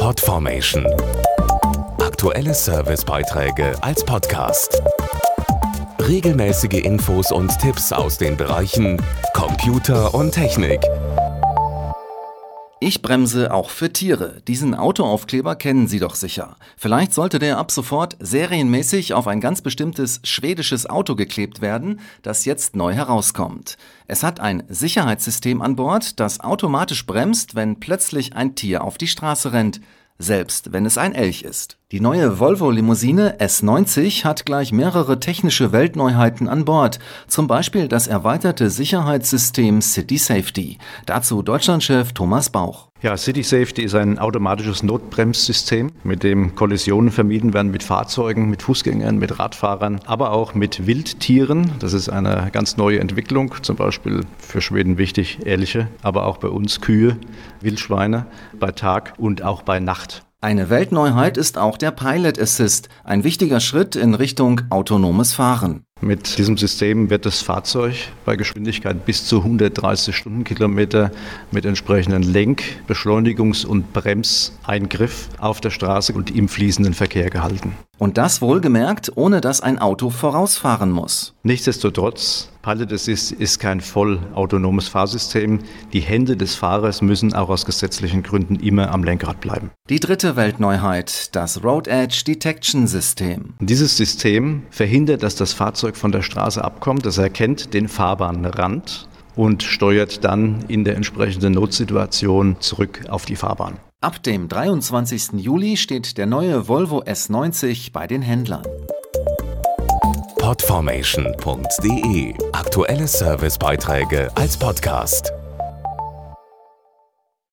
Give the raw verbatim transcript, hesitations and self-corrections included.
Podformation. Aktuelle Servicebeiträge als Podcast. Regelmäßige Infos und Tipps aus den Bereichen Computer und Technik. Ich bremse auch für Tiere. Diesen Autoaufkleber kennen Sie doch sicher. Vielleicht sollte der ab sofort serienmäßig auf ein ganz bestimmtes schwedisches Auto geklebt werden, das jetzt neu herauskommt. Es hat ein Sicherheitssystem an Bord, das automatisch bremst, wenn plötzlich ein Tier auf die Straße rennt, selbst wenn es ein Elch ist. Die neue Volvo-Limousine S neunzig hat gleich mehrere technische Weltneuheiten an Bord, zum Beispiel das erweiterte Sicherheitssystem City Safety. Dazu Deutschlandchef Thomas Bauch. Ja, City Safety ist ein automatisches Notbremssystem, mit dem Kollisionen vermieden werden mit Fahrzeugen, mit Fußgängern, mit Radfahrern, aber auch mit Wildtieren. Das ist eine ganz neue Entwicklung, zum Beispiel für Schweden wichtig, Elche, aber auch bei uns Kühe, Wildschweine, bei Tag und auch bei Nacht. Eine Weltneuheit ist auch der Pilot Assist, ein wichtiger Schritt in Richtung autonomes Fahren. Mit diesem System wird das Fahrzeug bei Geschwindigkeit bis zu hundertdreißig Stundenkilometer mit entsprechenden Lenk-, Beschleunigungs- und Bremseingriff auf der Straße und im fließenden Verkehr gehalten. Und das wohlgemerkt, ohne dass ein Auto vorausfahren muss. Nichtsdestotrotz, Pilot Assist ist kein vollautonomes Fahrsystem. Die Hände des Fahrers müssen auch aus gesetzlichen Gründen immer am Lenkrad bleiben. Die dritte Weltneuheit, das Road Edge Detection System. Dieses System verhindert, dass das Fahrzeug von der Straße abkommt. Es erkennt den Fahrbahnrand und steuert dann in der entsprechenden Notsituation zurück auf die Fahrbahn. Ab dem dreiundzwanzigsten Juli steht der neue Volvo S neunzig bei den Händlern. Podformation punkt de. Aktuelle Servicebeiträge als Podcast.